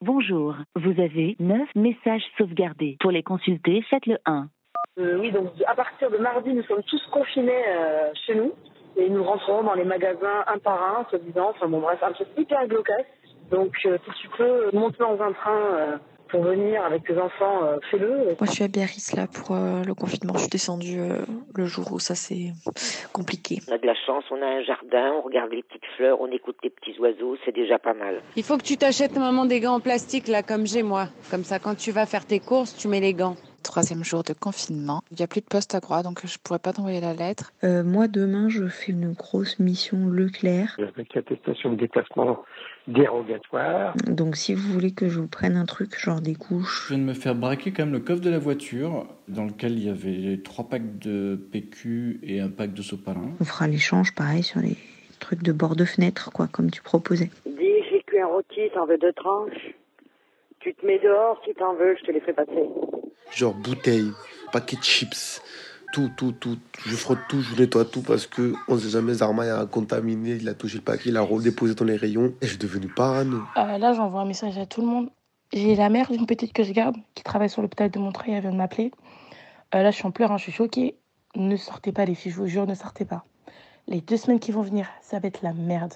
Bonjour, vous avez 9 messages sauvegardés. Pour les consulter, faites le 1. Oui, donc à partir de mardi, nous sommes tous confinés chez nous. Et nous rentrerons dans les magasins un par un, soi-disant. Enfin bon, bref, un truc hyper glauque. Donc si tu peux monter dans un train pour venir avec tes enfants, fais-le. Moi, je suis à Biarritz là pour le confinement. Je suis descendue le jour où ça s'est compliqué. On a de la chance, on a un jardin, on regarde les petites fleurs, on écoute les petits oiseaux, c'est déjà pas mal. Il faut que tu t'achètes, maman, des gants en plastique là comme j'ai moi. Comme ça, quand tu vas faire tes courses, tu mets les gants. 3e jour de confinement. Il n'y a plus de poste à Groix, donc je pourrais pas t'envoyer la lettre. Moi, demain, je fais une grosse mission Leclerc. Avec l'attestation de déplacement dérogatoire. Donc, si vous voulez que je vous prenne un truc, genre des couches. Je viens de me faire braquer quand même le coffre de la voiture, dans lequel il y avait 3 packs de PQ et un pack de sopalin. On fera l'échange, pareil, sur les trucs de bord de fenêtre, quoi, comme tu proposais. Dis, j'ai cuit un rôti, t'en veux 2 tranches? Tu te mets dehors, si t'en veux, je te les fais passer. Genre bouteille, paquet de chips, tout. Je frotte tout, je nettoie tout parce que on sait jamais, Zarma a contaminé, il a touché le paquet, il l'a redéposé dans les rayons et je suis devenu parano. Là, j'envoie un message à tout le monde. J'ai la mère d'une petite que je garde qui travaille sur l'hôpital de Montreuil, elle vient de m'appeler. Là, je suis en pleurs, hein, je suis choquée. Ne sortez pas les filles, je vous jure, ne sortez pas. Les 2 semaines qui vont venir, ça va être la merde.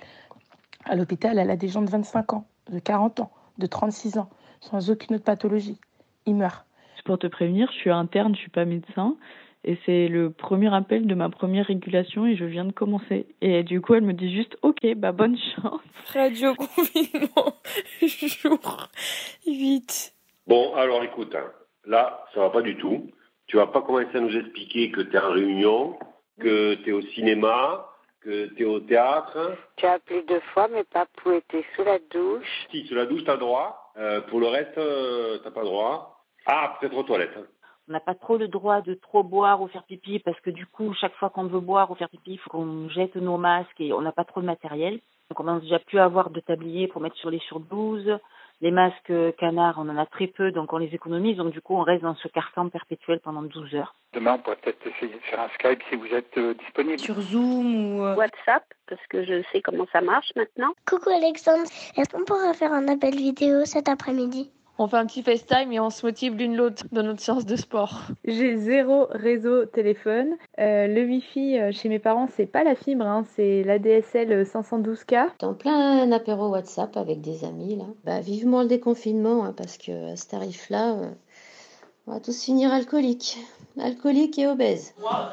À l'hôpital, elle a des gens de 25 ans, de 40 ans, de 36 ans, sans aucune autre pathologie. Ils meurent. Pour te prévenir, je suis interne, je suis pas médecin. Et c'est le premier appel de ma première régulation et je viens de commencer. Et du coup, elle me dit juste, ok, bah bonne chance. Radio confinement, jour 8. Bon, alors écoute, là, ça va pas du tout. Tu vas pas commencer à nous expliquer que t'es en réunion, que t'es au cinéma, que t'es au théâtre. Tu as appelé 2 fois, mais Papou était sous la douche. Si, sous la douche, t'as le droit. Pour le reste, t'as pas le droit. Ah, peut-être aux toilettes. On n'a pas trop le droit de trop boire ou faire pipi parce que du coup, chaque fois qu'on veut boire ou faire pipi, il faut qu'on jette nos masques et on n'a pas trop de matériel. On commence déjà plus à avoir de tabliers pour mettre sur les surblouses. Les masques canards, on en a très peu, donc on les économise. Donc du coup, on reste dans ce carcan perpétuel pendant 12 heures. Demain, on pourrait peut-être essayer de faire un Skype si vous êtes disponible. Sur Zoom ou WhatsApp, parce que je sais comment ça marche maintenant. Coucou Alexandre, est-ce qu'on pourra faire un appel vidéo cet après-midi ? On fait un petit FaceTime et on se motive l'une l'autre dans notre séance de sport. J'ai 0 réseau téléphone. Le Wi-Fi chez mes parents, c'est pas la fibre, hein, c'est l'ADSL 512K. T'es en plein apéro WhatsApp avec des amis, là. Bah, vivement le déconfinement, hein, parce que à ce tarif-là, on va tous finir alcooliques. Alcooliques et obèses.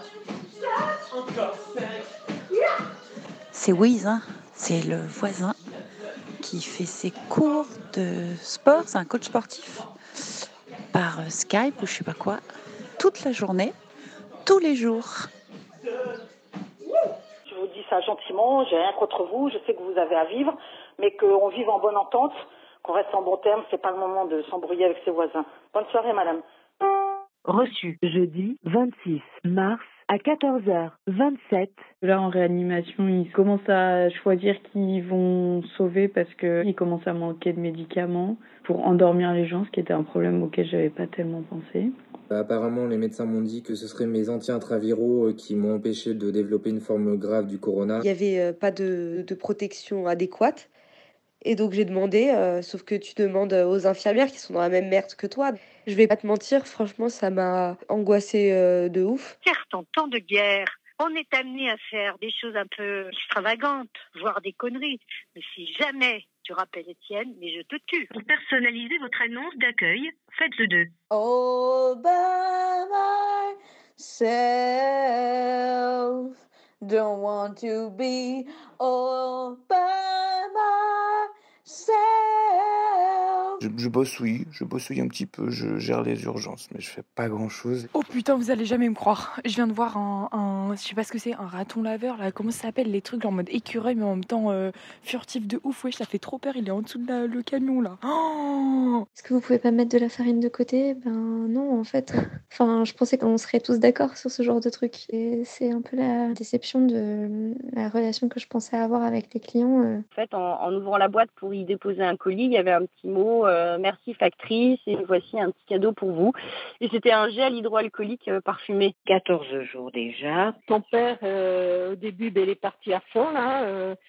C'est Wiz, hein, c'est le voisin qui fait ses cours de sport, c'est un coach sportif, par Skype ou je sais pas quoi, toute la journée, tous les jours. Je vous dis ça gentiment, j'ai rien contre vous, je sais que vous avez à vivre, mais qu'on vive en bonne entente, qu'on reste en bon terme, c'est pas le moment de s'embrouiller avec ses voisins. Bonne soirée, madame. Reçu jeudi 26 mars à 14h27. Là, en réanimation, ils commencent à choisir qui ils vont sauver parce qu'ils commencent à manquer de médicaments pour endormir les gens, ce qui était un problème auquel j'avais pas tellement pensé. Apparemment, les médecins m'ont dit que ce seraient mes anti-intraviraux qui m'ont empêché de développer une forme grave du corona. Il n'y avait pas de protection adéquate. Et donc j'ai demandé, sauf que tu demandes aux infirmières qui sont dans la même merde que toi. Je vais pas te mentir, franchement, ça m'a angoissée de ouf. Certes, en temps de guerre, on est amené à faire des choses un peu extravagantes, voire des conneries. Mais si jamais tu rappelles Étienne, mais je te tue. Pour personnaliser votre annonce d'accueil, faites le 2. All by myself, don't want to be all by myself. Je bosse, oui, un petit peu, je gère les urgences, mais je fais pas grand-chose. Oh putain, vous allez jamais me croire. Je viens de voir je sais pas ce que c'est, un raton laveur, là, comment ça s'appelle, les trucs en mode écureuil, mais en même temps furtif de ouf. Wesh, ça fait trop peur, il est en dessous de le camion, là. Oh, est-ce que vous pouvez pas mettre de la farine de côté ? Ben non, en fait. Enfin, je pensais qu'on serait tous d'accord sur ce genre de truc. Et c'est un peu la déception de la relation que je pensais avoir avec les clients. En fait, en ouvrant la boîte pour y déposer un colis, il y avait un petit mot merci factrice et voici un petit cadeau pour vous. Et c'était un gel hydroalcoolique parfumé. 14 jours déjà. Ton père, au début, il est parti à fond, là.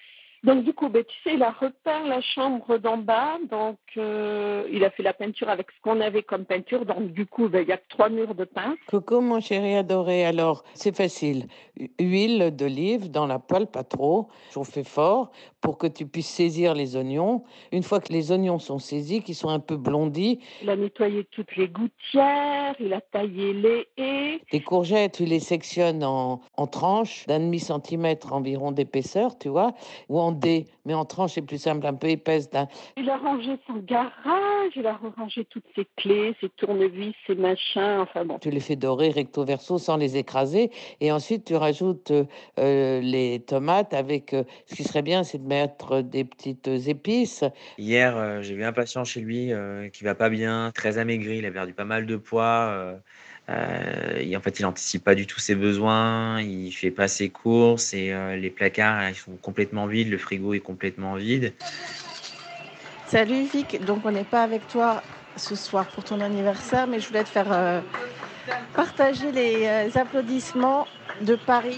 Donc du coup, tu sais, il a repeint la chambre d'en bas, donc il a fait la peinture avec ce qu'on avait comme peinture, donc du coup, il y a que 3 murs de peintre. Coco, mon chéri adoré, alors c'est facile. Huile d'olive dans la poêle, pas trop, chauffer fort pour que tu puisses saisir les oignons. Une fois que les oignons sont saisis, qu'ils sont un peu blondis, Il a nettoyé toutes les gouttières, il a taillé les haies. tes courgettes, tu les sectionnes en tranches d'1,5 cm environ d'épaisseur, tu vois, ou en dés, mais en tranches c'est plus simple, un peu épaisse. Il a rangé son garage, il a rangé toutes ses clés, ses tournevis, ses machins, enfin bon. Tu les fais dorer recto verso sans les écraser, et ensuite tu rajoutes les tomates avec, ce qui serait bien, c'est de mettre des petites épices. Hier, j'ai vu un patient chez lui qui va pas bien, très amaigri, il a perdu pas mal de poids. Et en fait, il n'anticipe pas du tout ses besoins, il fait pas ses courses et les placards ils sont complètement vides, le frigo est complètement vide. Salut Vic, donc on n'est pas avec toi ce soir pour ton anniversaire, mais je voulais te faire partager les applaudissements de Paris.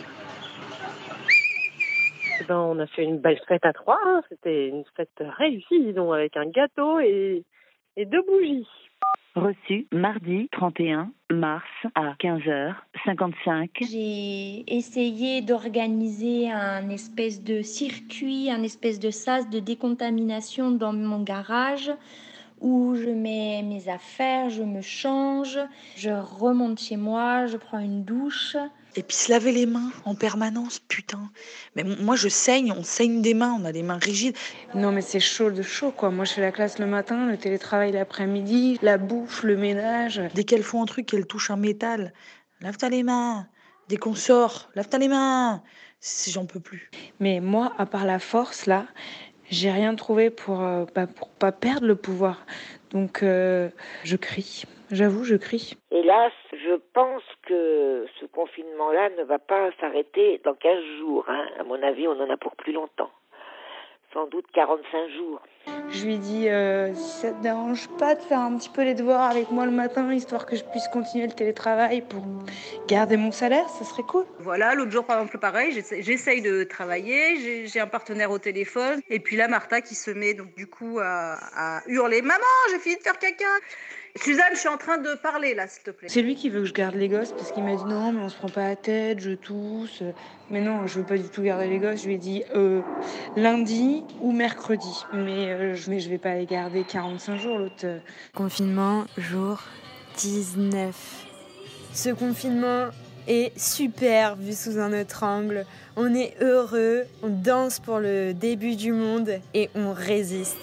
On a fait une belle fête à 3, hein. C'était une fête réussie, dis donc, avec un gâteau et 2 bougies. Reçu mardi 31 mars à 15h55. J'ai essayé d'organiser un espèce de circuit, un espèce de sas de décontamination dans mon garage où je mets mes affaires, je me change, je remonte chez moi, je prends une douche. Et puis se laver les mains en permanence, putain. Mais moi je saigne, on saigne des mains, on a des mains rigides. Non mais c'est chaud de chaud quoi. Moi je fais la classe le matin, le télétravail l'après-midi, la bouffe, le ménage. Dès qu'elles font un truc, qu'elles touchent un métal, lave-toi les mains. Dès qu'on sort, lave-toi les mains. J'en peux plus. Mais moi, à part la force là, j'ai rien trouvé pour pas perdre le pouvoir. Donc je crie. J'avoue, je crie. Hélas, je pense que ce confinement-là ne va pas s'arrêter dans 15 jours. Hein. À mon avis, on en a pour plus longtemps. Sans doute 45 jours. Je lui dis, si ça te dérange pas de faire un petit peu les devoirs avec moi le matin, histoire que je puisse continuer le télétravail pour garder mon salaire, ça serait cool. Voilà, l'autre jour, par exemple, pareil, j'essaye de travailler, j'ai un partenaire au téléphone, et puis là, Martha qui se met donc du coup à hurler « Maman, j'ai fini de faire caca !» Suzanne, je suis en train de parler là, s'il te plaît. C'est lui qui veut que je garde les gosses parce qu'il m'a dit non, mais on se prend pas la tête, je tousse. Mais non, je veux pas du tout garder les gosses. Je lui ai dit lundi ou mercredi. Mais je vais pas les garder 45 jours l'autre. Confinement, jour 19. Ce confinement est super vu sous un autre angle. On est heureux, on danse pour le début du monde et on résiste.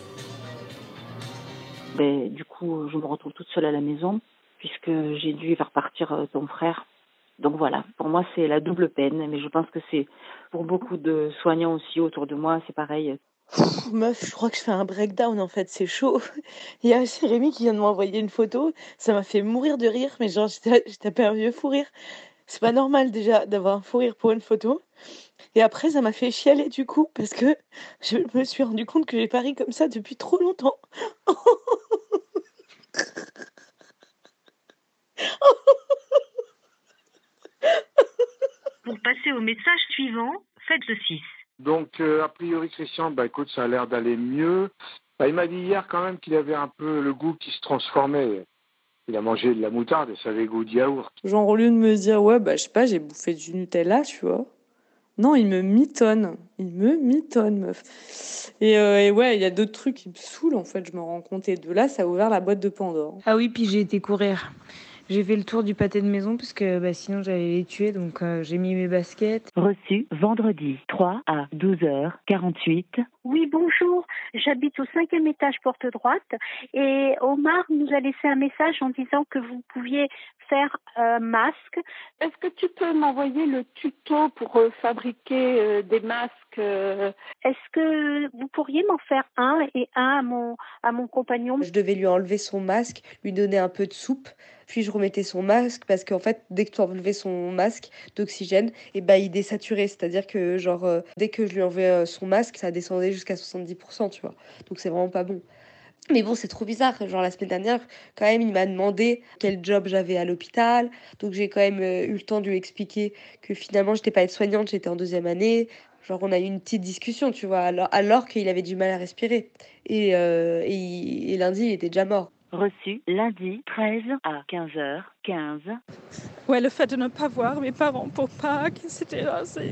Du coup, je me retrouve toute seule à la maison puisque j'ai dû faire partir ton frère. Donc voilà, pour moi, c'est la double peine. Mais je pense que c'est pour beaucoup de soignants aussi autour de moi, c'est pareil. Meuf, je crois que je fais un breakdown en fait, c'est chaud. Il y a Jérémy qui vient de m'envoyer une photo, ça m'a fait mourir de rire, mais genre j'ai tapé un vieux fou rire. C'est pas normal déjà d'avoir un fou rire pour une photo. Et après, ça m'a fait chialer du coup, parce que je me suis rendu compte que j'ai pas ri comme ça depuis trop longtemps. Pour passer au message suivant, faites le 6. Donc, a priori, Christian, écoute, ça a l'air d'aller mieux. Il m'a dit hier quand même qu'il avait un peu le goût qui se transformait. Il a mangé de la moutarde et ça avait goût de yaourt. Genre, au lieu de me dire, ouais, je sais pas, j'ai bouffé du Nutella, tu vois. Non, il me mitonne, meuf. Et ouais, il y a d'autres trucs qui me saoulent, en fait, je me rends compte. Et de là, ça a ouvert la boîte de Pandore. Ah oui, puis j'ai été courir. J'ai fait le tour du pâté de maison parce que sinon j'allais les tuer, donc j'ai mis mes baskets. Reçu vendredi 3 à 12h48. Oui, bonjour. J'habite au 5e étage porte droite et Omar nous a laissé un message en disant que vous pouviez faire un masque. Est-ce que tu peux m'envoyer le tuto pour fabriquer des masques Est-ce que vous pourriez m'en faire un et un à mon compagnon? Je devais lui enlever son masque, lui donner un peu de soupe, puis je remettais son masque parce qu'en fait, dès que tu enlevais son masque d'oxygène, il désaturait. C'est-à-dire que dès que je lui enlevais son masque, ça descendait jusqu'à 70%, tu vois. Donc c'est vraiment pas bon. Mais bon, c'est trop bizarre. Genre, la semaine dernière, quand même, il m'a demandé quel job j'avais à l'hôpital. Donc, j'ai quand même eu le temps de lui expliquer que finalement, j'étais pas aide-soignante, j'étais en 2e année. Genre, on a eu une petite discussion, tu vois, alors qu'il avait du mal à respirer. Et lundi, il était déjà mort. Reçu lundi 13 à 15h15. Ouais, le fait de ne pas voir mes parents pour Pâques, c'était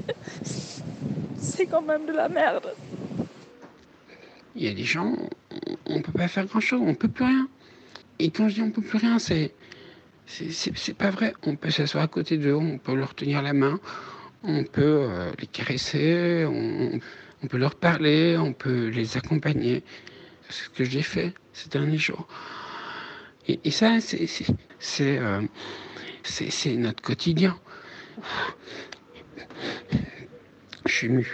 c'est quand même de la merde. Il y a des gens, on peut pas faire grand-chose, on peut plus rien. Et quand je dis on peut plus rien, c'est pas vrai. On peut s'asseoir à côté d'eux, on peut leur tenir la main, on peut les caresser, on peut leur parler, on peut les accompagner. C'est ce que j'ai fait ces derniers jours. Et ça, c'est notre quotidien. Je suis ému.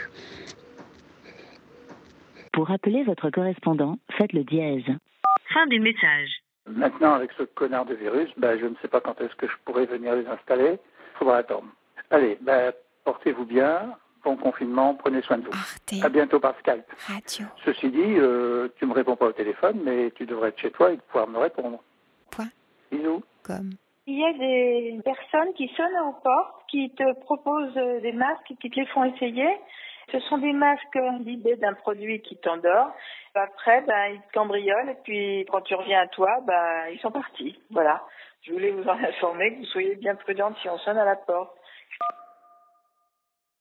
Pour appeler votre correspondant, faites le dièse. Fin du message. Maintenant, avec ce connard de virus, je ne sais pas quand est-ce que je pourrai venir les installer. Il faudra attendre. Allez, portez-vous bien. Bon confinement, prenez soin de vous. Arte. À bientôt par Skype. Radio. Ceci dit, tu me réponds pas au téléphone, mais tu devrais être chez toi et pouvoir me répondre. Point. Bisous. Comme. Il y a des personnes qui sonnent aux portes, qui te proposent des masques et qui te les font essayer. Ce sont des masques imbibés d'un produit qui t'endort. Après, ils te cambriolent et puis quand tu reviens à toi, ils sont partis. Voilà. Je voulais vous en informer, que vous soyez bien prudente si on sonne à la porte.